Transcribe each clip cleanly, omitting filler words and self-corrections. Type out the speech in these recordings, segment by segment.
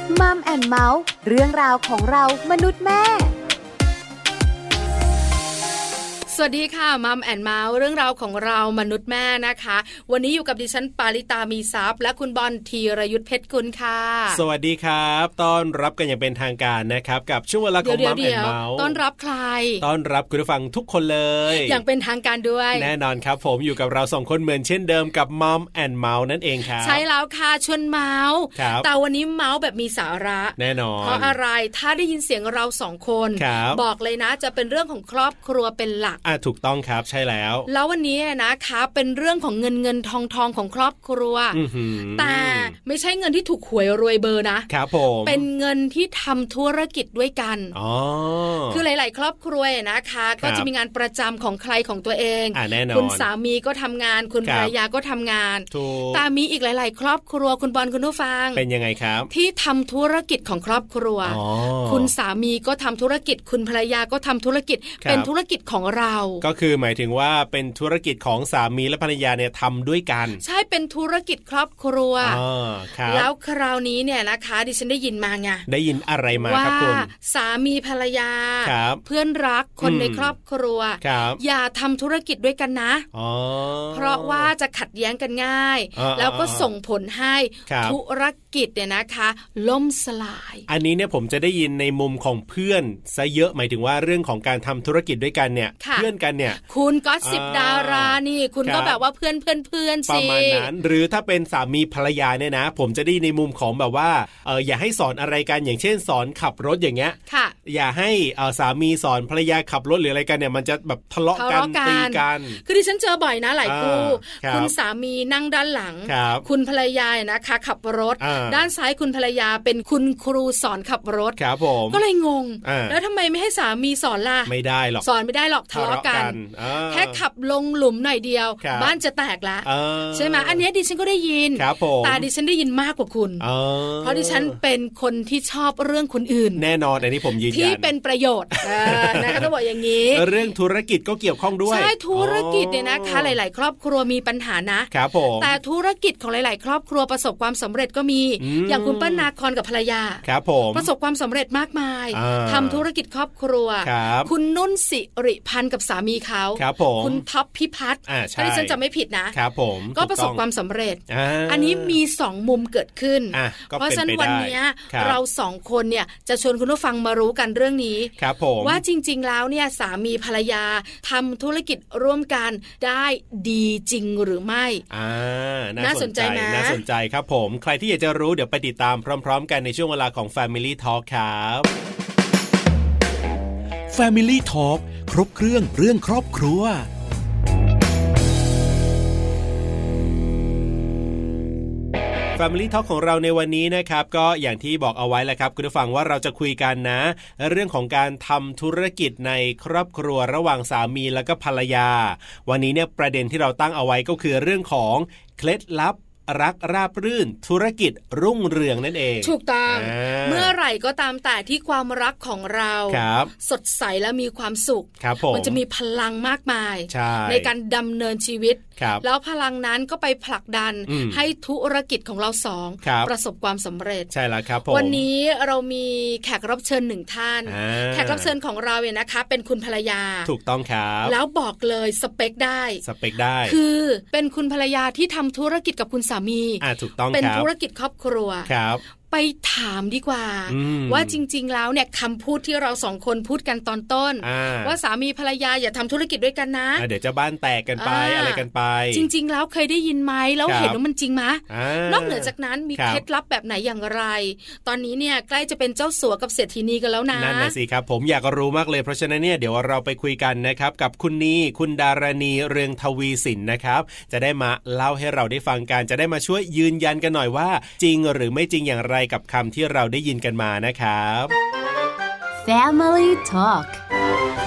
มัมแอนด์เมาส์เรื่องราวของเรามนุษย์แม่สวัสดีค่ะมัมแอนด์เมาส์เรื่องราวของเรามนุษย์แม่นะคะวันนี้อยู่กับดิฉันปาริตามีทรัพย์และคุณบอลธีรยุทธเพชรกุลค่ะสวัสดีครับต้อนรับกันอย่างเป็นทางการนะครับกับช่วงเวลาของมัมแอนด์เมาส์ต้อนรับใครต้อนรับคุณผู้ฟังทุกคนเลยอย่างเป็นทางการด้วยแน่นอนครับผมอยู่กับเรา2คนเหมือนเช่นเดิมกับมัมแอนด์เมาส์นั่นเองครับใช่แล้วค่ะชวนเมาส์แต่วันนี้เมาส์แบบมีสาระแน่นอนเพราะอะไรถ้าได้ยินเสียงเรา2คนบอกเลยนะจะเป็นเรื่องของครอบครัวเป็นหลักถูกต้องครับใช่แล้ววันนี้นะคะเป็นเรื่องของเงินทองของครอบครัวแต่ไม่ใช่เงินที่ถูกหวยรวยเบอร์นะครับผมเป็นเงินที่ทำธุรกิจด้วยกันคือหลายๆครอบครัวนะคะก็จะมีงานประจำของใครของตัวเองคุณสามีก็ทำงานคุณภรรยาก็ทำงานแต่มีอีกหลายๆครอบครัวคุณบอลคุณผู้ฟังเป็นยังไงครับที่ทำธุรกิจของครอบครัวคุณสามีก็ทำธุรกิจคุณภรรยาก็ทำธุรกิจเป็นธุรกิจของเราก็คือหมายถึงว่าเป็นธุรกิจของสามีและภรรยาเนี่ยทำด้วยกันใช่เป็นธุรกิจครอบครัวแล้วคราวนี้เนี่ยนะคะดิฉันได้ยินมาไงได้ยินอะไรมาครับคุณสามีภรรยาเพื่อนรักคนในครอบครัวอย่าทำธุรกิจด้วยกันนะเพราะว่าจะขัดแย้งกันง่ายแล้วก็ส่งผลให้ธุรกิจเนี่ยนะคะล่มสลายอันนี้เนี่ยผมจะได้ยินในมุมของเพื่อนซะเยอะหมายถึงว่าเรื่องของการทำธุรกิจด้วยกันเนี่ยเพื่อนกันเนี่ยคุณก็10 ดารานี่คุณก็แบบว่าเพื่อนสิประมาณนั้นหรือถ้าเป็นสามีภรรยาเนี่ยนะผมจะได้ในมุมของแบบว่าอย่าให้สอนอะไรกันอย่างเช่นสอนขับรถอย่างเงี้ยอย่าให้สามีสอนภรรยาขับรถหรืออะไรกันเนี่ยมันจะแบบทะเลาะกันตีกันคือดิฉันเจอบ่อยนะหลายคู่คุณสามีนั่งด้านหลังคุณภรรยานะคะขับรถด้านซ้ายคุณภรรยาเป็นคุณครูสอนขับรถก็เลยงงแล้วทำไมไม่ให้สามีสอนล่ะไม่ได้หรอกสอนไม่ได้หรอกทะเลาะกันแค่ขับลงหลุมหน่อยเดียวบ้านจะแตกละใช่ไหมอันนี้ดิฉันก็ได้ยินแต่ดิฉันได้ยินมากกว่าคุณเพราะดิฉันเป็นคนที่ชอบเรื่องคนอื่นแน่นอนอันนี้ผมยืนยันที่เป็นประโยชน์นะคะต้องบอกอย่างนี้เรื่องธุรกิจก็เกี่ยวข้องด้วยใช่ธุรกิจเนี่ยนะคะหลายๆครอบครัวมีปัญหานะครับผมแต่ธุรกิจของหลายๆครอบครัวประสบความสำเร็จก็มีอย่างคุณป้านาคอนกับภรรยาครับผมประสบความสำเร็จมากมายทำธุรกิจครอบครัวคุณนุ่นสิริพันธ์กับสามีเขาคุณท็อปพิพัฒน์ถ้าดิฉันจะไม่ผิดนะครับผมก็ประสบความสำเร็จอันนี้มี2มุมเกิดขึ้นเพราะฉะนั้นวันนี้เรา2คนเนี่ยจะชวนคุณผู้ฟังมารู้กันเรื่องนี้ว่าจริงๆแล้วเนี่ยสามีภรรยาทำธุรกิจร่วมกันได้ดีจริงหรือไม่น่าสนใจไหมน่าสนใจครับผมใครที่อยากจะรู้เดี๋ยวไปติดตามพร้อมๆกันในช่วงเวลาของ Family Talk ครับ Family Talk ครบเครื่องครอบครัว Family Talk ของเราในวันนี้นะครับก็อย่างที่บอกเอาไว้แหละครับคุณผู้ฟังว่าเราจะคุยกันนะเรื่องของการทำธุรกิจในครอบครัวระหว่างสามีและก็ภรรยาวันนี้เนี่ยประเด็นที่เราตั้งเอาไว้ก็คือเรื่องของเคล็ดลับรักราบรื่นธุรกิจรุ่งเรืองนั่นเองถูกต้องเมื่อไหร่ก็ตามแต่ที่ความรักของเราสดใสและมีความสุขมันจะมีพลังมากมาย ในการดำเนินชีวิตแล้วพลังนั้นก็ไปผลักดันให้ธุรกิจของเราสองประสบความสำเร็จใช่แล้วครับผมวันนี้เรามีแขกรับเชิญ1ท่านแขกรับเชิญของเราเนี่ยนะคะเป็นคุณภรรยาถูกต้องครับแล้วบอกเลยสเปคได้คือเป็นคุณภรรยาที่ทำธุรกิจกับคุณสามีถูกต้องเป็นธุรกิจครอบครัวไปถามดีกว่าว่าจริงๆแล้วเนี่ยคำพูดที่เรา2คนพูดกันตอนต้นว่าสามีภรรยาอย่าทำธุรกิจด้วยกันนะเดี๋ยวจะบ้านแตกกันไปอะไรกันไปจริงๆแล้วเคยได้ยินไหมแล้วเห็นว่ามันจริงไหมนอกเหนือจากนั้นมีเคล็ดลับแบบไหนอย่างไรตอนนี้เนี่ยใกล้จะเป็นเจ้าสัวกับเศรษฐีนีกันแล้วนะนั่นน่ะสิครับผมอยากรู้มากเลยเพราะฉะนั้นเนี่ยเดี๋ยวเราไปคุยกันนะครับกับคุณดารณีเรืองทวีสินนะครับจะได้มาเล่าให้เราได้ฟังกันจะได้มาช่วยยืนยันกันหน่อยว่าจริงหรือไม่จริงอย่างไรกับคำที่เราได้ยินกันมานะครับ Family Talk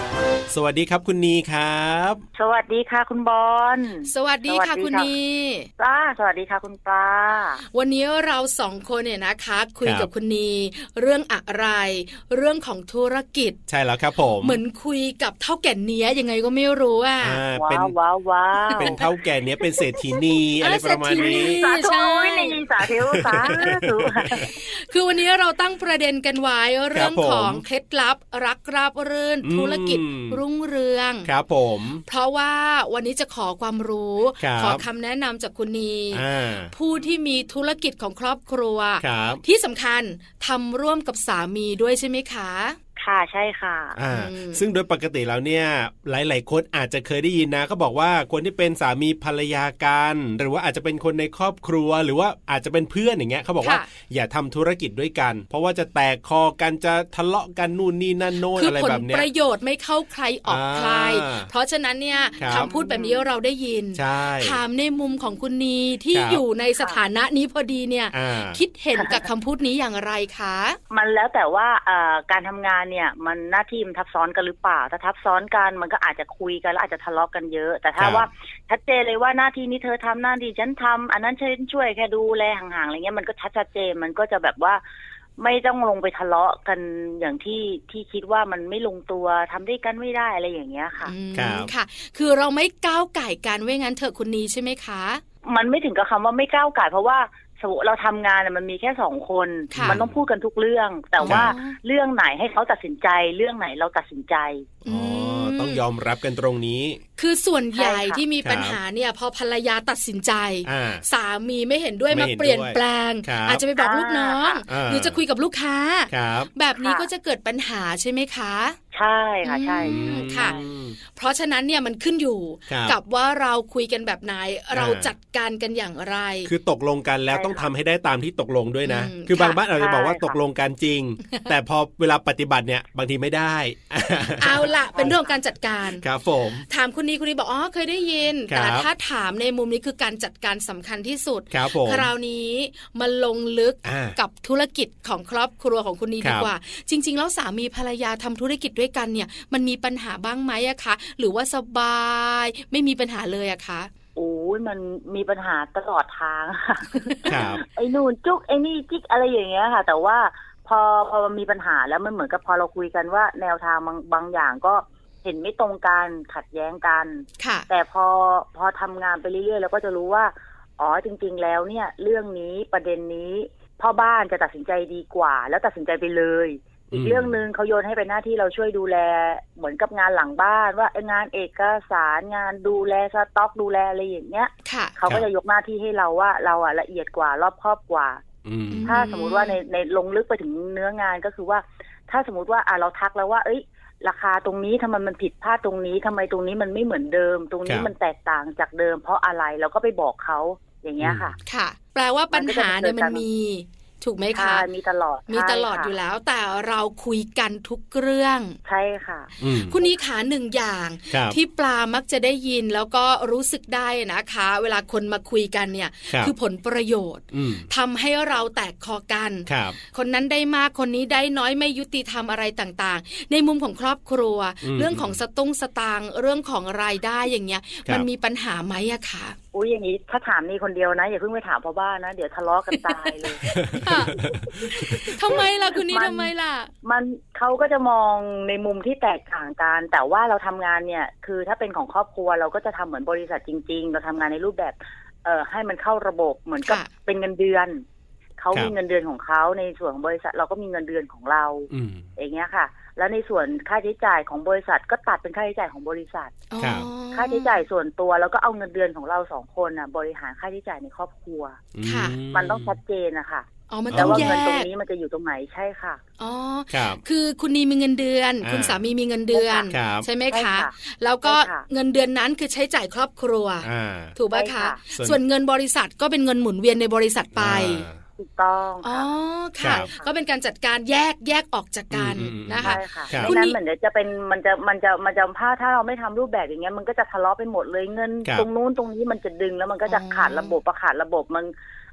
สวัสดีครับคุณนีครับสวัสดีค่ะคุณบอลสวัสดีค่ะคุณนีสวัสดีค่ะคุณปลาวันนี้เราสองคนเนี่ยนะคะคุยกับคุณนีเรื่องอะไรเรื่องของธุรกิจใช่แล้วครับผมเหมือนคุยกับเท่าแก่เนี้ยยังไงก็ไม่รู้อ่ะว้าวเป็นเท่าแก่เนี้ยเป็นเศรษฐีนีอะไรประมาณนี้สาธุนีสาธุคือวันนี้เราตั้งประเด็นกันไว้เรื่องของเคล็ดลับรักราบรื่นธุรกิจรุ่งเรืองครับผมเพราะว่าวันนี้จะขอความรู้ขอคำแนะนำจากคุณนีผู้ที่มีธุรกิจของครอบครัวที่สำคัญทำร่วมกับสามีด้วยใช่ไหมคะค่ะใช่ค่ะซึ่งโดยปกติแล้วเนี่ยหลายๆคนอาจจะเคยได้ยินนะเขาบอกว่าคนที่เป็นสามีภรรยากันหรือว่าอาจจะเป็นคนในครอบครัวหรือว่าอาจจะเป็นเพื่อนอย่างเงี้ยเขาบอกว่าอย่าทำธุรกิจด้วยกันเพราะว่าจะแตกคอกันจะทะเลาะกันนู่นนี่นั่นโน่นอะไรแบบเนี้ยคือผลประโยชน์ไม่เข้าใครออกใครเพราะฉะนั้นเนี่ยคำพูดแบบนี้เราได้ยินถามในมุมของคุณนีที่อยู่ในสถานะนี้พอดีเนี่ยคิดเห็นกับคำพูดนี้อย่างไรคะมันแล้วแต่ว่าการทำงานเนี่ยมันหน้าที่มันทับซ้อนกันหรือเปล่าถ้าทับซ้อนกันมันก็อาจจะคุยกันแล้วอาจจะทะเลาะกันเยอะแต่ถ้าว่าชัดเจนเลยว่าหน้าที่นี้เธอทำหน้าที่ฉันทำอันนั้นฉันช่วยแค่ดูแลห่างๆอะไรเงี้ยมันก็ชัดเจนมันก็จะแบบว่าไม่ต้องลงไปทะเลาะกันอย่างที่คิดว่ามันไม่ลงตัวทำด้วยกันไม่ได้อะไรอย่างเงี้ยค่ะค่ะคือเราไม่ก้าวไก่กันไว้งั้นเถอะคุณนีใช่ไหมคะมันไม่ถึงกับคำว่าไม่ก้าวไก่เพราะว่าสมมติเราทำงานมันมีแค่2 คนมันต้องพูดกันทุกเรื่องแต่ว่าเรื่องไหนให้เขาตัดสินใจเรื่องไหนเราตัดสินใจต้องยอมรับกันตรงนี้คือส่วนใหญ่ที่มีปัญหาเนี่ยพอภรรยาตัดสินใจสามีไม่เห็นด้วยมาเปลี่ยนแปลงอาจจะไปบอกลูกน้องหรือจะคุยกับลูกค้าแบบนี้ก็จะเกิดปัญหาใช่ไหมคะใช่ค่ะใช่ค่ะเพราะฉะนั้นเนี่ยมันขึ้นอยู่กับว่าเราคุยกันแบบไหนเราจัดการกันอย่างไรคือตกลงกันแล้วต้องทำให้ได้ตามที่ตกลงด้วยนะคือบางบ้านอาจจะบอกว่าตกลงกันจริงแต่พอเวลาปฏิบัติเนี่ยบางทีไม่ได้เอาล่ะเป็นเรื่องการจัดการครับผมถามคุณนีบอกอ๋อเคยได้ยินแต่ถ้าถามในมุมนี้คือการจัดการสำคัญที่สุดคราวนี้มาลงลึกกับธุรกิจของครอบครัวของคุณนีดีกว่าจริงๆแล้วสามีภรรยาทำธุรกิจด้วยกันเนี่ยมันมีปัญหาบ้างไหมอะคะหรือว่าสบายไม่มีปัญหาเลยอะคะโอ้ยมันมีปัญหาตลอดทางค่ะไอ้นู่นจุกไอ้นี่จิกอะไรอย่างเงี้ยค่ะแต่ว่าพอมันมีปัญหาแล้วมันเหมือนกับพอเราคุยกันว่าแนวทางบางอย่างก็เห็นไม่ตรงกันขัดแย้งกันแต่พอทำงานไปเรื่อยๆแล้วก็จะรู้ว่าอ๋อจริงๆแล้วเนี่ยเรื่องนี้ประเด็นนี้พ่อบ้านจะตัดสินใจดีกว่าแล้วตัดสินใจไปเลยอีกเรื่องนึงเขาโยนให้เป็นหน้าที่เราช่วยดูแลเหมือนกับงานหลังบ้านว่างานเอกสารงานดูแลสต็อกดูแลอะไรอย่างเงี้ยเขาก็จะยกหน้าที่ให้เราว่าเราอะละเอียดกว่ารอบคอบกว่าถ้าสมมุติว่าในลงลึกไปถึงเนื้องานก็คือว่าถ้าสมมุติว่าเราทักแล้วว่าเอ้ยราคาตรงนี้ทำไมมันผิดพลาดตรงนี้ทำไมตรงนี้มันไม่เหมือนเดิมตรงนี้มันแตกต่างจากเดิมเพราะอะไรเราก็ไปบอกเขาอย่างเงี้ยค่ะค่ะแปลว่าปัญหาเนี่ยมันมีถูกไหมคะมีตลอดอยู่แล้วแต่เราคุยกันทุกเรื่องใช่ค่ะคุณนีขาหนึ่งอย่างที่ปลามักจะได้ยินแล้วก็รู้สึกได้นะคะเวลาคนมาคุยกันเนี่ยคือผลประโยชน์ทำให้เราแตกคอกันคนนั้นได้มากคนนี้ได้น้อยไม่ยุติธรรมอะไรต่างๆในมุมของครอบครัวเรื่องของสตางค์เรื่องของรายได้อย่างเงี้ยมันมีปัญหาไหมอะคะอุ้ยอย่างนี้ถ้าถามนี่คนเดียวนะอย่าเพิ่งไปถามพ่อบ้านนะเดี๋ยวทะเลาะกันตายเลยทำไมล่ะคุณนี่ทำไมล่ะมันเขาก็จะมองในมุมที่แตกต่างกันแต่ว่าเราทำงานเนี่ยคือถ้าเป็นของครอบครัวเราก็จะทำเหมือนบริษัทจริงๆเราทำงานในรูปแบบให้มันเข้าระบบเหมือนกับเป็นเงินเดือนเขามีเงินเดือนของเขาในส่วนของบริษัทเราก็มีเงินเดือนของเราอย่างเงี้ยค่ะแล้วในส่วนค่าใช้จ่ายของบริษัทก็ตัดเป็นค่าใช้จ่ายของบริษัทค่าใช้จ่ายส่วนตัวแล้วก็เอาเงินเดือนของเรา2 คนน่ะบริหารค่าใช้จ่ายในครอบครัวมันต้องชัดเจนนะคะแต่ว่าเงินตรงนี้มันจะอยู่ตรงไหนใช่ค่ะอ๋อคือคุณนีมีเงินเดือนคุณสามีมีเงินเดือนใช่ไหมคะแล้วก็เงินเดือนนั้นคือใช้จ่ายครอบครัวถูกไหมคะส่วนเงินบริษัทก็เป็นเงินหมุนเวียนในบริษัทไปถูกต้องอ๋อค่ะก็เป็นการจัดการแยกออกจากกันนะคะไม่นั้นเหมือนจะเป็นมันจะถ้าเราไม่ทำรูปแบบอย่างเงี้ยมันก็จะทะเลาะไปหมดเลยเงินตรงนู้นตรงนี้มันจะดึงแล้วมันก็จะขาดระบบมัน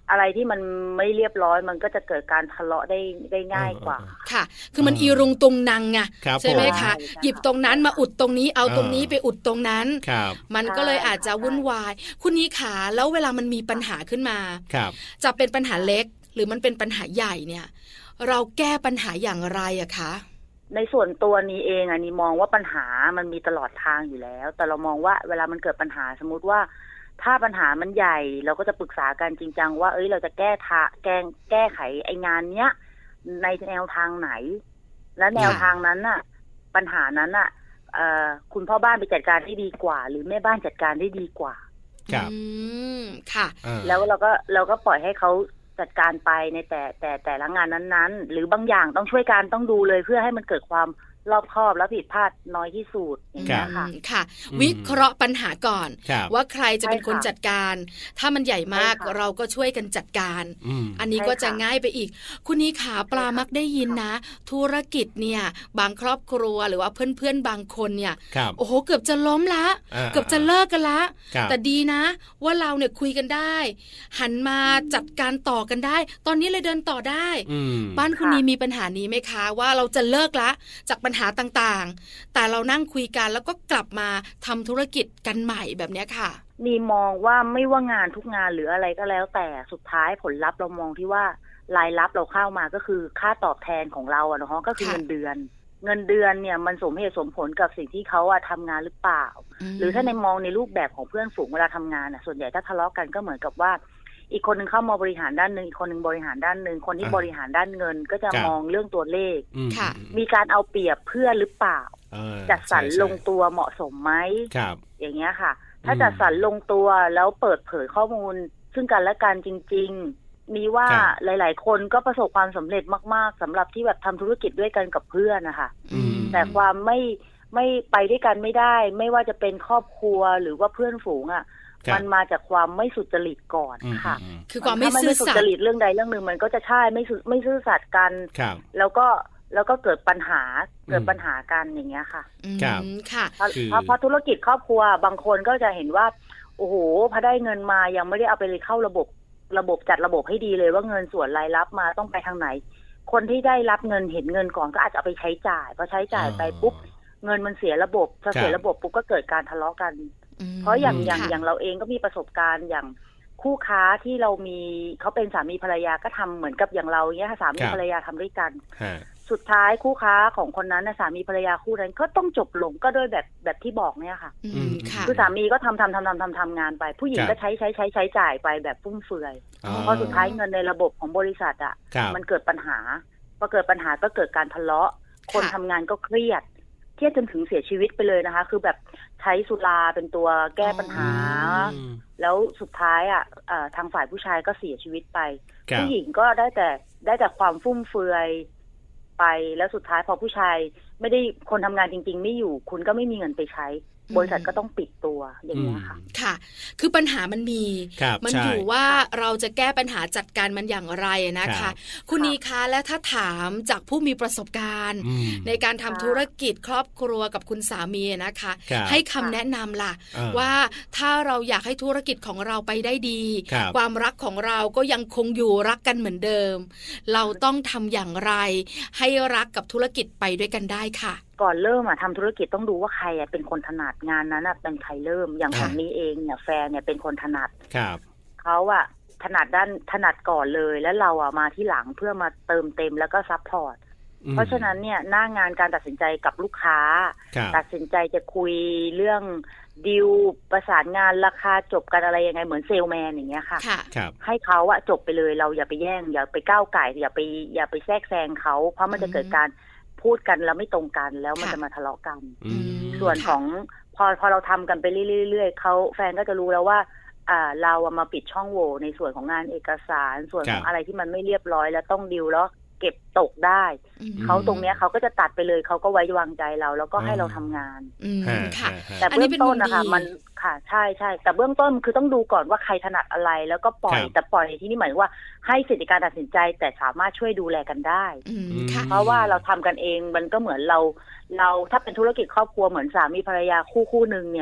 อะไรที่มันไม่เรียบร้อยมันก็จะเกิดการทะเลาะได้ง่ายกว่าค่ะคือมันอีรุงตุงนังไงใช่ไหมคะหยิบตรงนั้นมาอุดตรงนี้เอาตรงนี้ไปอุดตรงนั้นมันก็เลยอาจจะวุ่นวายคุณนิขาแล้วเวลามันมีปัญหาขึ้นมาจะเป็นปัญหาเล็กหรือมันเป็นปัญหาใหญ่เนี่ยเราแก้ปัญหาอย่างไรอะคะในส่วนตัวนี้เองนี่มองว่าปัญหามันมีตลอดทางอยู่แล้วแต่เรามองว่าเวลามันเกิดปัญหาสมมุติว่าถ้าปัญหามันใหญ่เราก็จะปรึกษากันจริงจังว่าเราจะแก้ไขไอ้งานเนี้ยในแนวทางไหนและแนวทางนั้นน่ะปัญหานั้นน่ะคุณพ่อบ้านไปจัดการได้ดีกว่าหรือแม่บ้านจัดการได้ดีกว่าครับค่ะแล้วเราก็ปล่อยให้เขาจัดการไปในแต่ละงานนั้นๆหรือบางอย่างต้องช่วยกันต้องดูเลยเพื่อให้มันเกิดความรอบคอบและผิดพลาดน้อยที่สุดอย่างนี้ค่ะวิเคราะห์ปัญหาก่อนว่าใครจะเป็นคนจัดการถ้ามันใหญ่มากเราก็ช่วยกันจัดการอันนี้ก็จะง่ายไปอีกคุณนิขาปลามักได้ยินนะธุรกิจเนี่ยบางครอบครัวหรือว่าเพื่อนๆบางคนเนี่ยโอ้โหเกือบจะล้มละเกือบจะเลิกกันละแต่ดีนะว่าเราเนี่ยคุยกันได้หันมาจัดการต่อกันได้ตอนนี้เลยเดินต่อได้บ้านคุณนีมีปัญหานี้ไหมคะว่าเราจะเลิกละจากปัญหาต่างๆแต่เรานั่งคุยกันแล้วก็กลับมาทำธุรกิจกันใหม่แบบนี้ค่ะนี่มองว่าไม่ว่างานทุกงานหรืออะไรก็แล้วแต่สุดท้ายผลลัพธ์เรามองที่ว่ารายรับเราเข้ามาก็คือค่าตอบแทนของเราเนาะก็คือเงินเดือนเนี่ยมันสมเหตุสมผลกับสิ่งที่เขาทำงานหรือเปล่าหรือถ้าในมองในรูปแบบของเพื่อนฝูงเวลาทำงานส่วนใหญ่ถ้าทะเลาะกันก็เหมือนกับว่าอีกคนนึงเข้ามาบริหารด้านนึงอีกคนนึงบริหารด้านนึงคนที่บริหารด้านเงินก็จะมองเรื่องตัวเลขมีการเอาเปรียบเพื่อนหรือเปล่าจัดสรรลงตัวเหมาะสมไหมอย่างเงี้ยค่ะถ้าจัดสรรลงตัวแล้วเปิดเผยข้อมูลซึ่งกันและกันจริงๆมีว่าหลายๆคนก็ประสบความสำเร็จมากๆสำหรับที่แบบทำธุรกิจด้วยกันกับเพื่อนนะคะแต่ความไม่ไปด้วยกันไม่ได้ไม่ว่าจะเป็นครอบครัวหรือว่าเพื่อนฝูงมันมาจากความไม่สุจริตก่อนค่ะคือความไม่ซื่อสัตย์สุจริตเรื่องใดเรื่องหนึ่งมันก็จะใช่ไม่ซื่อสัตย์กันแล้วก็เกิดปัญหากันอย่างเงี้ยค่ะค่ะเพราะธุรกิจครอบครัวบางคนก็จะเห็นว่าโอ้โหพอได้เงินมายังไม่ได้เอาไปเข้าระบบจัดระบบให้ดีเลยว่าเงินส่วนรายรับมาต้องไปทางไหนคนที่ได้รับเงินเห็นเงินก่อนก็อาจจะเอาไปใช้จ่ายพอใช้จ่ายไปปุ๊บเงินมันเสียระบบพอเสียระบบปุ๊บก็เกิดการทะเลาะกันเพราะอย่างเราเองก็มีประสบการณ์อย่างคู่ค้าที่เรามีเขาเป็นสามีภรรยาก็ทำเหมือนกับอย่างเราเนี้ยสามีภรรยาทำด้วยกันสุดท้ายคู่ค้าของคนนั้นสามีภรรยาคู่นั้นก็ต้องจบลงก็ด้วยแบบที่บอกเนี่ยค่ะคือสามีก็ทำงานไปผู้หญิงก็ใช้จ่ายไปแบบฟุ่มเฟือยพอสุดท้ายเงินในระบบของบริษัทมันเกิดปัญหาพอเกิดปัญหาก็เกิดการทะเลาะคนทำงานก็เครียดจนถึงเสียชีวิตไปเลยนะคะคือแบบใช้สุราเป็นตัวแก้ปัญหาแล้วสุดท้ายทางฝ่ายผู้ชายก็เสียชีวิตไปผู้หญิงก็ได้แต่ความฟุ่มเฟือยไปแล้วสุดท้ายพอผู้ชายไม่ได้คนทำงานจริงๆไม่อยู่คุณก็ไม่มีเงินไปใช้บริษัทก็ต้องปิดตัวอย่างนี้ค่ะค่ะคือปัญหามันมีมันอยู่ว่าเราจะแก้ปัญหาจัดการมันอย่างไรนะคะคุณนีคะและถ้าถามจากผู้มีประสบการณ์ในการทำธุรกิจครอบครัวกับคุณสามีนะคะให้คำแนะนำล่ะว่าถ้าเราอยากให้ธุรกิจของเราไปได้ดีความรักของเราก็ยังคงอยู่รักกันเหมือนเดิมเราต้องทำอย่างไรให้รักกับธุรกิจไปด้วยกันได้ค่ะก่อนเริ่มทำธุรกิจต้องดูว่าใครเป็นคนถนัดงานนั้นเป็นใครเริ่มอย่างของนี้เองเนี่ยแฟนเนี่ยเป็นคนถนัดเขาถนัดก่อนเลยแล้วเรามาที่หลังเพื่อมาเติมเต็มแล้วก็ซัพพอร์ตเพราะฉะนั้นเนี่ยหน้างานการตัดสินใจกับลูกค้าตัดสินใจจะคุยเรื่องดีลประสานงานราคาจบกันอะไรยังไงเหมือนเซลแมนอย่างเงี้ยค่ะให้เขาจบไปเลยเราอย่าไปแย่งอย่าไปก้าวไก่อย่าไปแทรกแซงเขาเพราะมันจะเกิดการพูดกันแล้วไม่ตรงกันแล้วมันจะมาทะเลาะกันส่วนของพอเราทำกันไปเรื่อยๆเขาแฟนก็จะรู้แล้วว่าเรามาปิดช่องโหว่ในส่วนของงานเอกสารส่วนของอะไรที่มันไม่เรียบร้อยแล้วต้องดีลแล้วเก็บตกได้เขาตรงเนี้ยเขาก็จะตัดไปเลยเขาก็ไว้วางใจเราแล้วก็ให้เราทำงานค่ะแต่เบื้องต้นนะคะมันค่ะใช่แต่เบื้องต้นคือต้องดูก่อนว่าใครถนัดอะไรแล้วก็ปล่อยแต่ปล่อยที่นี่หมายว่าให้สิทธิการตัดสินใจแต่สามารถช่วยดูแลกันได้เพราะว่าเราทำกันเองมันก็เหมือนเราถ้าเป็นธุรกิจครอบครัวเหมือนสามีภรรยาคู่นึงเนี่ย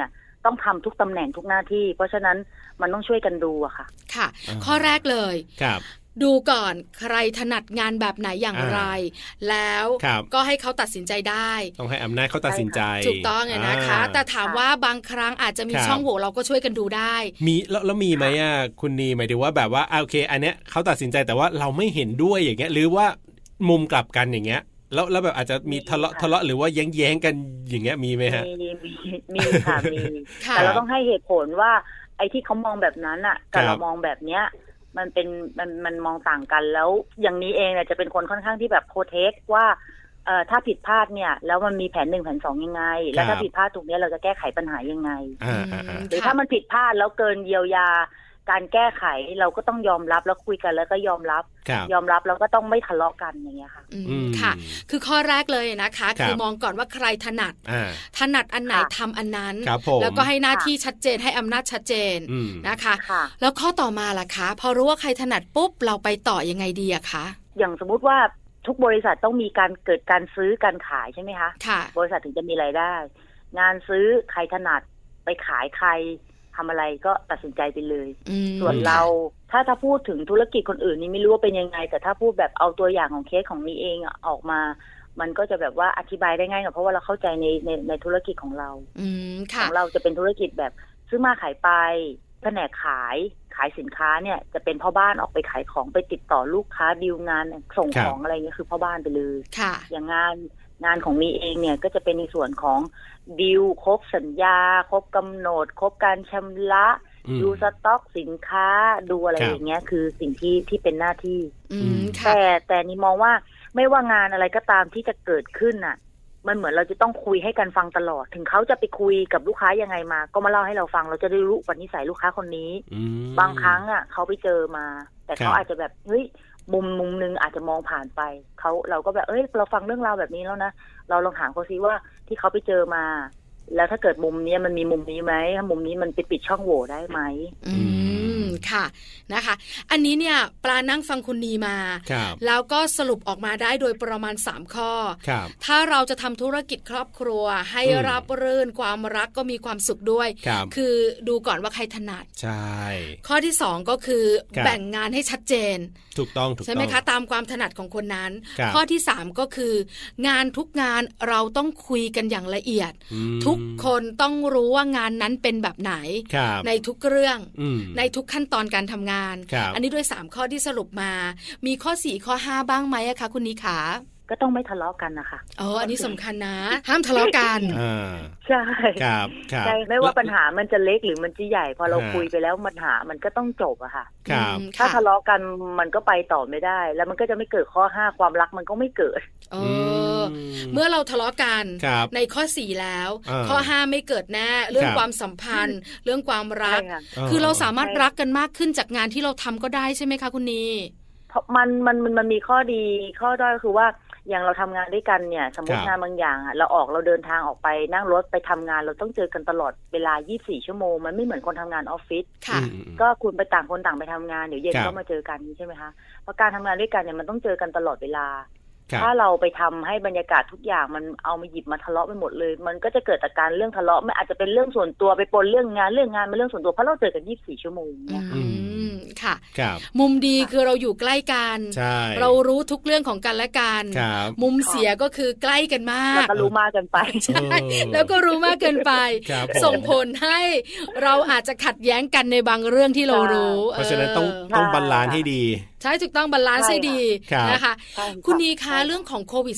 ต้องทำทุกตำแหน่งทุกหน้าที่เพราะฉะนั้นมันต้องช่วยกันดูอะค่ะค่ะข้อแรกเลยครับดูก่อนใครถนัดงานแบบไหนอย่างไรแล้วก็ให้เขาตัดสินใจได้ต้องให้อำนาจเขาตัดสินใจถูกต้องไงนะคะแต่ถามว่าบางครั้งอาจจะมีช่องโหว่เราก็ช่วยกันดูได้มีแล้วมีไหมอ่ะคุณนีหมายถึงว่าแบบว่าโอเคอันเนี้ยเขาตัดสินใจแต่ว่าเราไม่เห็นด้วยอย่างเงี้ยหรือว่ามุมกลับกันอย่างเงี้ยแล้วแบบอาจจะมีทะเลาะหรือว่าแย้งกันอย่างเงี้ยมีไหมฮะมีค่ะมีแต่เราต้องให้เหตุผลว่าไอ้ที่เขามองแบบนั้นอ่ะกับเรามองแบบเนี้ยมันมองต่างกันแล้วอย่างนี้เองเนี่ยจะเป็นคนค่อนข้างที่แบบโปรเทคว่าถ้าผิดพลาดเนี่ยแล้วมันมีแผน1แผน2ยังไงแล้วถ้าผิดพลาดตรงนี้เราจะแก้ไขปัญหายังไงหรือถ้ามันผิดพลาดแล้วเกินเยียวยาการแก้ไขเราก็ต้องยอมรับแล้วคุยกันแล้วก็ยอมรับแล้วก็ต้องไม่ทะเลาะกันอย่างเงี้ยค่ะค่ะคือข้อแรกเลยนะคะคือมองก่อนว่าใครถนัดอันไหนทำอันนั้นแล้วก็ให้หน้าที่ชัดเจนให้อำนาจชัดเจนนะคะแล้วข้อต่อมาล่ะคะพอรู้ว่าใครถนัดปุ๊บเราไปต่อยังไงดีอะคะอย่างสมมุติว่าทุกบริษัทต้องมีการเกิดการซื้อการขายใช่ไหมคะบริษัทถึงจะมีรายได้งานซื้อใครถนัดไปขายใครทำอะไรก็ตัดสินใจไปเลยส่วนเราถ้าพูดถึงธุรกิจคนอื่นนี่ไม่รู้ว่าเป็นยังไงแต่ถ้าพูดแบบเอาตัวอย่างของเคสของนี้เองออกมามันก็จะแบบว่าอธิบายได้ง่ายกว่าเพราะว่าเราเข้าใจในธุรกิจของเราของเราจะเป็นธุรกิจแบบซื้อมาขายไปแผนกขายสินค้าเนี่ยจะเป็นพ่อบ้านออกไปขายของไปติดต่อลูกค้าดีลงานส่งของอะไรเงี้ยคือพ่อบ้านไปเลยอย่างงานของมีเองเนี่ยก็จะเป็นในส่วนของดีลครบสัญญาครบกำหนดครบการชำระดูสต็อกสินค้าดูอะไรอย่างเงี้ยคือสิ่งที่เป็นหน้าที่แต่นี่มองว่าไม่ว่างานอะไรก็ตามที่จะเกิดขึ้นน่ะมันเหมือนเราจะต้องคุยให้กันฟังตลอดถึงเขาจะไปคุยกับลูกค้ายังไงมาก็มาเล่าให้เราฟังเราจะได้รู้อุปนิสัยลูกค้าคนนี้บางครั้งอ่ะเขาไปเจอมาแต่เขาอาจจะแบบเฮ้ยมุมนึงอาจจะมองผ่านไปเราก็แบบเราฟังเรื่องราวแบบนี้แล้วนะเราลองถามเขาซิว่าที่เขาไปเจอมาแล้วถ้าเกิดมุมนี้มันมีมุมนี้ไหมถ้ามุมนี้มันไปปิดช่องโหว่ได้ไหมค่ะนะคะอันนี้เนี่ยปลานั่งฟังคุณนีมาแล้วก็สรุปออกมาได้โดยประมาณ3ข้อถ้าเราจะทำธุรกิจครอบครัวให้ราบรื่นความรักก็มีความสุขด้วยคือดูก่อนว่าใครถนัดใช่ข้อที่2ก็คือแบ่งงานให้ชัดเจนถูกต้องใช่ไหมคะตามความถนัดของคนนั้นข้อที่3ก็คืองานทุกงานเราต้องคุยกันอย่างละเอียดทุกคนต้องรู้ว่างานนั้นเป็นแบบไหนในทุกเรื่องในทุกขั้นตอนการทำงานอันนี้ด้วย3ข้อที่สรุปมามีข้อ4ข้อ5บ้างไหมคะคุณนิขาก็ต้องไม่ทะเลาะกันนะคะอันนี้สำคัญนะห้ามทะเลาะกันใช่ครับใช่ไม่ว่าปัญหามันจะเล็กหรือมันจะใหญ่พอเราคุยไปแล้วปัญหามันก็ต้องจบอะค่ะถ้าทะเลาะกันมันก็ไปต่อไม่ได้แล้วมันก็จะไม่เกิดข้อ5ความรักมันก็ไม่เกิดเมื่อเราทะเลาะกันในข้อ4แล้วข้อ5ไม่เกิดแน่เรื่องความสัมพันธ์เรื่องความรักคือเราสามารถรักกันมากขึ้นจากงานที่เราทำก็ได้ใช่ไหมคะคุณนีมันมีข้อดีข้อด้อยคือว่าอย่างเราทำงานด้วยกันเนี่ยสมมติงานบางอย่างเราเดินทางออกไปนั่งรถไปทำงานเราต้องเจอกันตลอดเวลา24ชั่วโมงมันไม่เหมือนคนทำงานออฟฟิศก็คุณไปต่างคนต่างไปทำงานเดี๋ยวเย็นก็มาเจอกันใช่ไหมคะเพราะการทำงานด้วยกันเนี่ยมันต้องเจอกันตลอดเวลาถ้าเราไปทำให้บรรยากาศทุกอย่างมันเอามาหยิบมาทะเลาะไปหมดเลยมันก็จะเกิดอาการเรื่องทะเลาะไม่อาจจะเป็นเรื่องส่วนตัวไปปนเรื่องงานเป็นเรื่องส่วนตัวเพราะเราเจอกัน24ชั่วโมงเนี่ยค่ะมุมดีคือเราอยู่ใกล้กันเรารู้ทุกเรื่องของกันและกันมุมเสียก็คือใกล้กันมากแล้วก็รู้มากเกินไปใช่แล้วก็รู้มากเกินไปส่งผลให้เราอาจจะขัดแย้งกันในบางเรื่องที่เรารู้เพราะฉะนั้นต้องบาลานซ์ให้ดีใช่ถูกต้องบาลานซ์ให้ดีนะคะคุณนีคะเรื่องของโควิด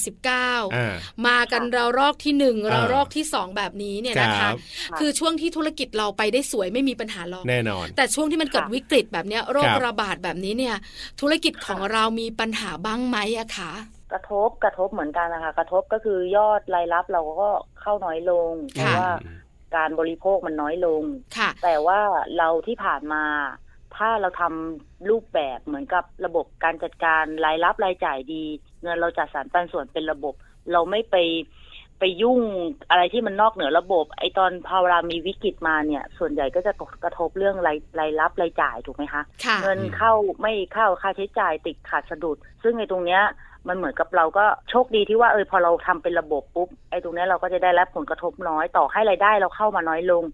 -19 มากันเรารอกที่1เรารอกที่2แบบนี้เนี่ยนะคะคือช่วงที่ธุรกิจเราไปได้สวยไม่มีปัญหาหรอกแน่นอนแต่ช่วงที่มันเกิดวิกฤตแบบนี้โรคระบาดแบบนี้เนี่ยธุรกิจของเรามีปัญหาบ้างไหมอะคะกระทบเหมือนกันนะคะกระทบก็คือยอดรายรับเราก็เข้าน้อยลงเพราะว่าการบริโภคมันน้อยลงแต่ว่าเราที่ผ่านมาถ้าเราทำรูปแบบเหมือนกับระบบการจัดการรายรับรายจ่ายดีเงินเราจัดสรรปันส่วนเป็นระบบเราไม่ไปยุ่งอะไรที่มันนอกเหนือระบบไอ้ตอนพอเวลามีวิกฤตมาเนี่ยส่วนใหญ่ก็จะกระทบเรื่องรายรับรายจ่ายถูกไหมคะเงินเข้าไม่เข้าค่าใช้จ่ายติดขัดสะดุดซึ่งไอ้ตรงเนี้ยมันเหมือนกับเราก็โชคดีที่ว่าพอเราทำเป็นระบบปุ๊บไอ้ตรงนี้เราก็จะได้รับผลกระทบน้อยต่อให้รายได้เราเข้ามาน้อยลง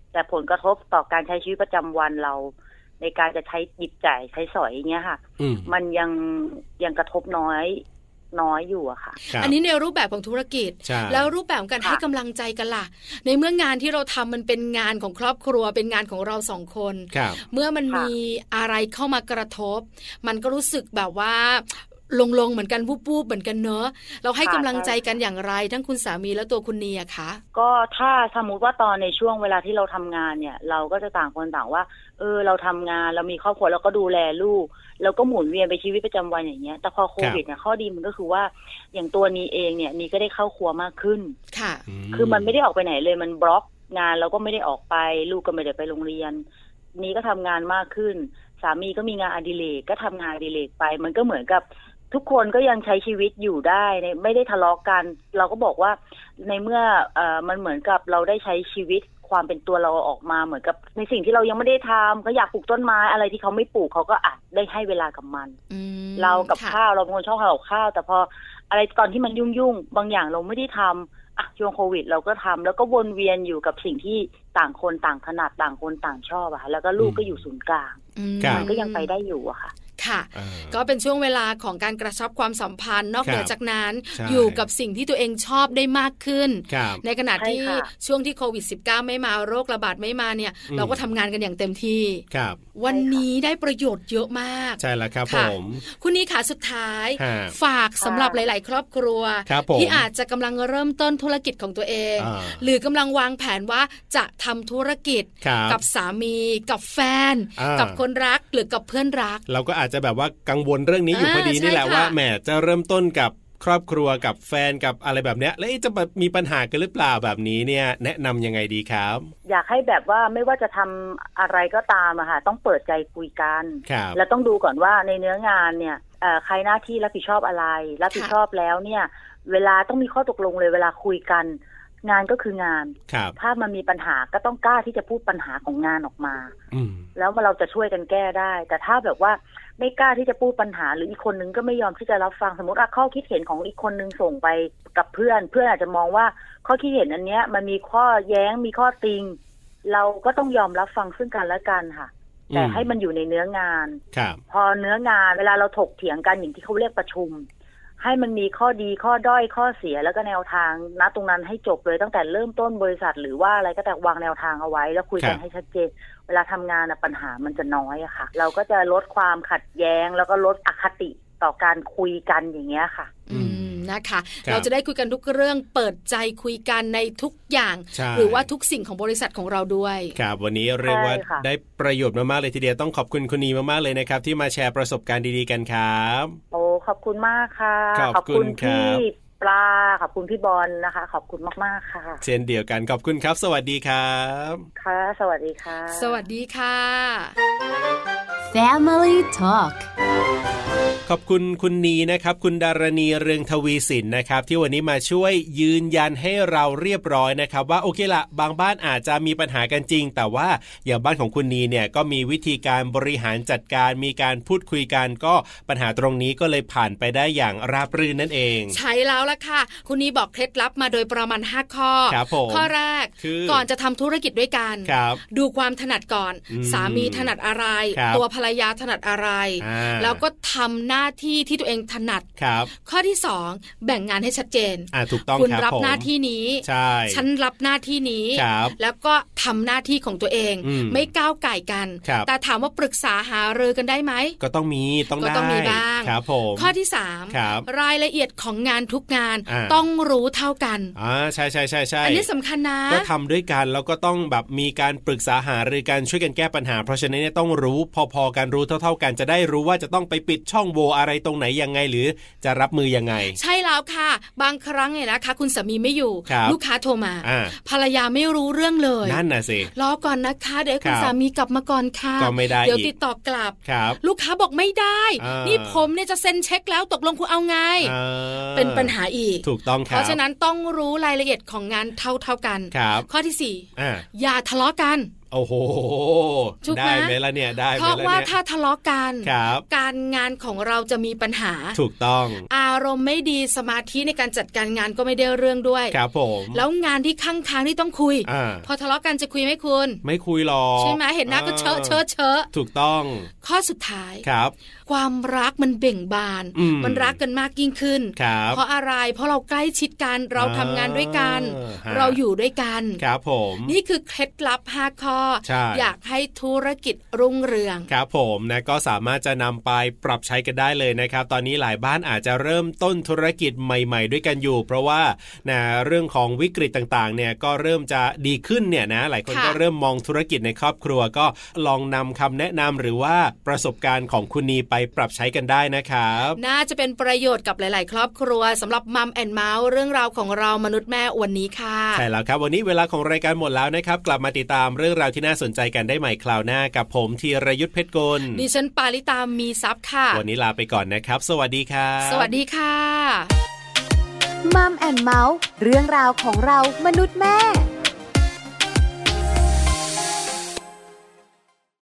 แต่ผลกระทบต่อการใช้ชีวิตประจำวันเราในการจะใช้หยิบจ่ายใช้สอยอย่างเงี้ยค่ะมันยังกระทบน้อยอยู่อะค่ะอันนี้ในรูปแบบของธุรกิจแล้วรูปแบบการให้กำลังใจกันล่ะในเมื่องานที่เราทำมันเป็นงานของครอบครัวเป็นงานของเรา2 คนเมื่อมันมีอะไรเข้ามากระทบมันก็รู้สึกแบบว่าลงเหมือนกันวูบเหมือนกันเนอะเราให้กำลังใจกันอย่างไรทั้งคุณสามีและตัวคุณเนียคะก็ถ้าสมมติว่าตอนในช่วงเวลาที่เราทำงานเนี่ยเราก็จะต่างคนต่างว่าเราทำงานเรามีครอบครัวเราก็ดูแลลูกแล้วก็หมุนเวียนไปชีวิตประจำวันอย่างเงี้ยแต่พอโควิดเนี่ยข้อดีมันก็คือว่าอย่างตัวนี้เองเนี่ยนี่ก็ได้เข้าครัวมากขึ้นค่ะคือมันไม่ได้ออกไปไหนเลยมันบล็อกงานเราก็ไม่ได้ออกไปลูกก็ไม่ได้ไปโรงเรียนนี่ก็ทำงานมากขึ้นสามีก็มีงานอดิเรกก็ทำงานอดิเรกไปมันก็เหมือนกับทุกคนก็ยังใช้ชีวิตอยู่ได้ไม่ได้ทะเลาะกันเราก็บอกว่าในเมื่อมันเหมือนกับเราได้ใช้ชีวิตความเป็นตัวเราออกมาเหมือนกับในสิ่งที่เรายังไม่ได้ทำเขาอยากปลูกต้นไม้อะไรที่เขาไม่ปลูกเขาก็อาจได้ให้เวลากับมันเรากับข้าวเราเป็นคนชอบทำกับข้าวแต่พออะไรตอนที่มันยุ่งบางอย่างเราไม่ได้ทำช่วงโควิดเราก็ทำแล้วก็วนเวียนอยู่กับสิ่งที่ต่างคนต่างถนัดต่างคนต่างชอบแล้วก็ลูกก็อยู่ศูนย์กลางมันก็ยังไปได้อยู่อะค่ะค่ะก็เป็นช่วงเวลาของการกระชับความสัมพันธ์นอกเหนือจากนั้นอยู่กับสิ่งที่ตัวเองชอบได้มากขึ้นในขณะที่ช่วงที่โควิด -19 ไม่มาโรคระบาดไม่มาเนี่ยเราก็ทำงานกันอย่างเต็มที่วันนี้ได้ประโยชน์เยอะมากใช่แล้วครับผมคุณนี่ค่ะสุดท้ายฝากสำหรับหลายๆครอบครัวที่อาจจะกำลังเริ่มต้นธุรกิจของตัวเองหรือกำลังวางแผนว่าจะทำธุรกิจกับสามีกับแฟนกับคนรักหรือกับเพื่อนรักเราก็อาจจะแบบว่ากังวลเรื่องนี้อยู่พอดีนี่แหละว่าแหมจะเริ่มต้นกับครอบครัวกับแฟนกับอะไรแบบเนี้ยแล้วจะมีปัญหากันหรือเปล่าแบบนี้เนี่ยแนะนำยังไงดีครับอยากให้แบบว่าไม่ว่าจะทำอะไรก็ตามอะค่ะต้องเปิดใจคุยกันแล้วต้องดูก่อนว่าในเนื้องานเนี่ยใครหน้าที่รับผิดชอบอะไรรับผิดชอบแล้วเนี่ยเวลาต้องมีข้อตกลงเลยเวลาคุยกันงานก็คืองานถ้ามันมีปัญหาก็ต้องกล้าที่จะพูดปัญหาของงานออกมาแล้วเราจะช่วยกันแก้ได้แต่ถ้าแบบว่าไม่กล้าที่จะพูดปัญหาหรืออีกคนนึงก็ไม่ยอมที่จะรับฟังสมมติข้อคิดเห็นของอีกคนนึงส่งไปกับเพื่อนอาจจะมองว่าข้อคิดเห็นอันเนี้ยมันมีข้อแย้งมีข้อติงเราก็ต้องยอมรับฟังซึ่งกันและกันค่ะแต่ให้มันอยู่ในเนื้องานพอเนื้องานเวลาเราถกเถียงกันอย่างที่เขาเรียกประชุมให้มันมีข้อดีข้อด้อยข้อเสียแล้วก็แนวทางณตรงนั้นให้จบเลยตั้งแต่เริ่มต้นบริษัทหรือว่าอะไรก็แต่วางแนวทางเอาไว้แล้วคุยกันให้ชัดเจนเวลาทำงานปัญหามันจะน้อยอะค่ะเราก็จะลดความขัดแย้งแล้วก็ลดอคติต่อการคุยกันอย่างเงี้ยค่ะนะคะเราจะได้คุยกันทุกเรื่องเปิดใจคุยกันในทุกอย่างหรือว่าทุกสิ่งของบริษัทของเราด้วยครับวันนี้เรียกว่าได้ประโยชน์มากๆเลยทีเดียวต้องขอบคุณคุณนีมากๆเลยนะครับที่มาแชร์ประสบการณ์ดีๆกันครับโอ้ขอบคุณมากค่ะขอบคุณพี่ปลาขอบคุณพี่บอลนะคะขอบคุณมากๆค่ะเช่นเดียวกันขอบคุณครับสวัสดีครับค่ะสวัสดีค่ะสวัสดีค่ะ Family Talk ขอบคุณคุณนีนะครับคุณดารณีเรืองทวีสินนะครับที่วันนี้มาช่วยยืนยันให้เราเรียบร้อยนะครับว่าโอเคละบางบ้านอาจจะมีปัญหากันจริงแต่ว่าอย่างบ้านของคุณนีเนี่ยก็มีวิธีการบริหารจัดการมีการพูดคุยกันก็ปัญหาตรงนี้ก็เลยผ่านไปได้อย่างราบรื่นนั่นเองใช่แล้วล่ะค่ะคุณนีบอกเคล็ดลับมาโดยประมาณ5ข้อข้อแรกก่อนจะทำธุรกิจด้วยกันดูความถนัดก่อนสามีถนัดอะไรตัวภรรยาถนัดอะไรแล้วก็ทำหน้าที่ที่ตัวเองถนัดข้อที่2แบ่งงานให้ชัดเจนถูกต้องคุณรับหน้าที่นี้ฉันรับหน้าที่นี้แล้วก็ทำหน้าที่ของตัวเองไม่ก้าวไก่กันแต่ถามว่าปรึกษาหารือกันได้ไหมก็ต้องมีต้องมีบ้างข้อที่3รายละเอียดของงานทุกงานต้องรู้เท่ากันใช่ใช่ใช่ใช่อันนี้สำคัญนะก็ทำด้วยกันแล้วก็ต้องแบบมีการปรึกษาหารือกันช่วยกันแก้ปัญหาเพราะฉะนั้นต้องรู้พอๆกันรู้เท่าๆกันจะได้รู้ว่าจะต้องไปปิดช่องโหว่อะไรตรงไหนยังไงหรือจะรับมือยังไงใช่แล้วค่ะบางครั้งเนี่ยนะคะคุณสามีไม่อยู่ลูกค้าโทรมาภรรยาไม่รู้เรื่องเลยนั่นน่ะสิรอก่อนนะคะเดี๋ยวคุณสามีกลับมาก่อนค่ะก็ไม่ได้เดี๋ยวติดต่อกลับลูกค้าบอกไม่ได้นี่ผมเนี่ยจะเซ็นเช็คแล้วตกลงคุณเอาไงเป็นปัญหาอีกถูกต้องครับเพราะฉะนั้นต้องรู้รายละเอียดของงานเท่ากันข้อที่4อย่าทะเลาะกันโอ้โหได้ไหมล่ะเนี่ยได้ไหมล่ะเนี่ยเพราะว่าถ้าทะเลาะกันครับการงานของเราจะมีปัญหาถูกต้องอารมณ์ไม่ดีสมาธิในการจัดการงานก็ไม่ได้เรื่องด้วยครับผมแล้วงานที่ค้างที่ต้องคุยพอทะเลาะกันจะคุยไหมคุณไม่คุยหรอกใช่ไหมเห็นหน้าก็เชอะถูกต้องข้อสุดท้ายครับความรักมันเบ่งบานมันรักกันมากยิ่งขึ้นเพราะอะไรเพราะเราใกล้ชิดกันเราทำงานด้วยกันเราอยู่ด้วยกันครับผมนี่คือเคล็ดลับ5ข้ออยากให้ธุรกิจรุ่งเรืองครับผมนะก็สามารถจะนำไปปรับใช้กันได้เลยนะครับตอนนี้หลายบ้านอาจจะเริ่มต้นธุรกิจใหม่ๆด้วยกันอยู่เพราะว่านะเรื่องของวิกฤตต่างๆเนี่ยก็เริ่มจะดีขึ้นเนี่ยนะหลายคนก็เริ่มมองธุรกิจในครอบครัวก็ลองนำคำแนะนำหรือว่าประสบการณ์ของคุณนีไปปรับใช้กันได้นะครับน่าจะเป็นประโยชน์กับหลายๆครอบครัวสำหรับมัมแอนด์เมาส์เรื่องราวของเรามนุษย์แม่วันนี้ค่ะใช่แล้วครับวันนี้เวลาของรายการหมดแล้วนะครับกลับมาติดตามเรื่องราวที่น่าสนใจกันได้ใหม่คราวหน้ากับผมธีรยุทธเพชรกุลดิฉันปาริตามีทรัพย์ค่ะวันนี้ลาไปก่อนนะครับสวัสดีครับสวัสดีค่ะมัมแอนด์เมาส์เรื่องราวของเรามนุษย์แม่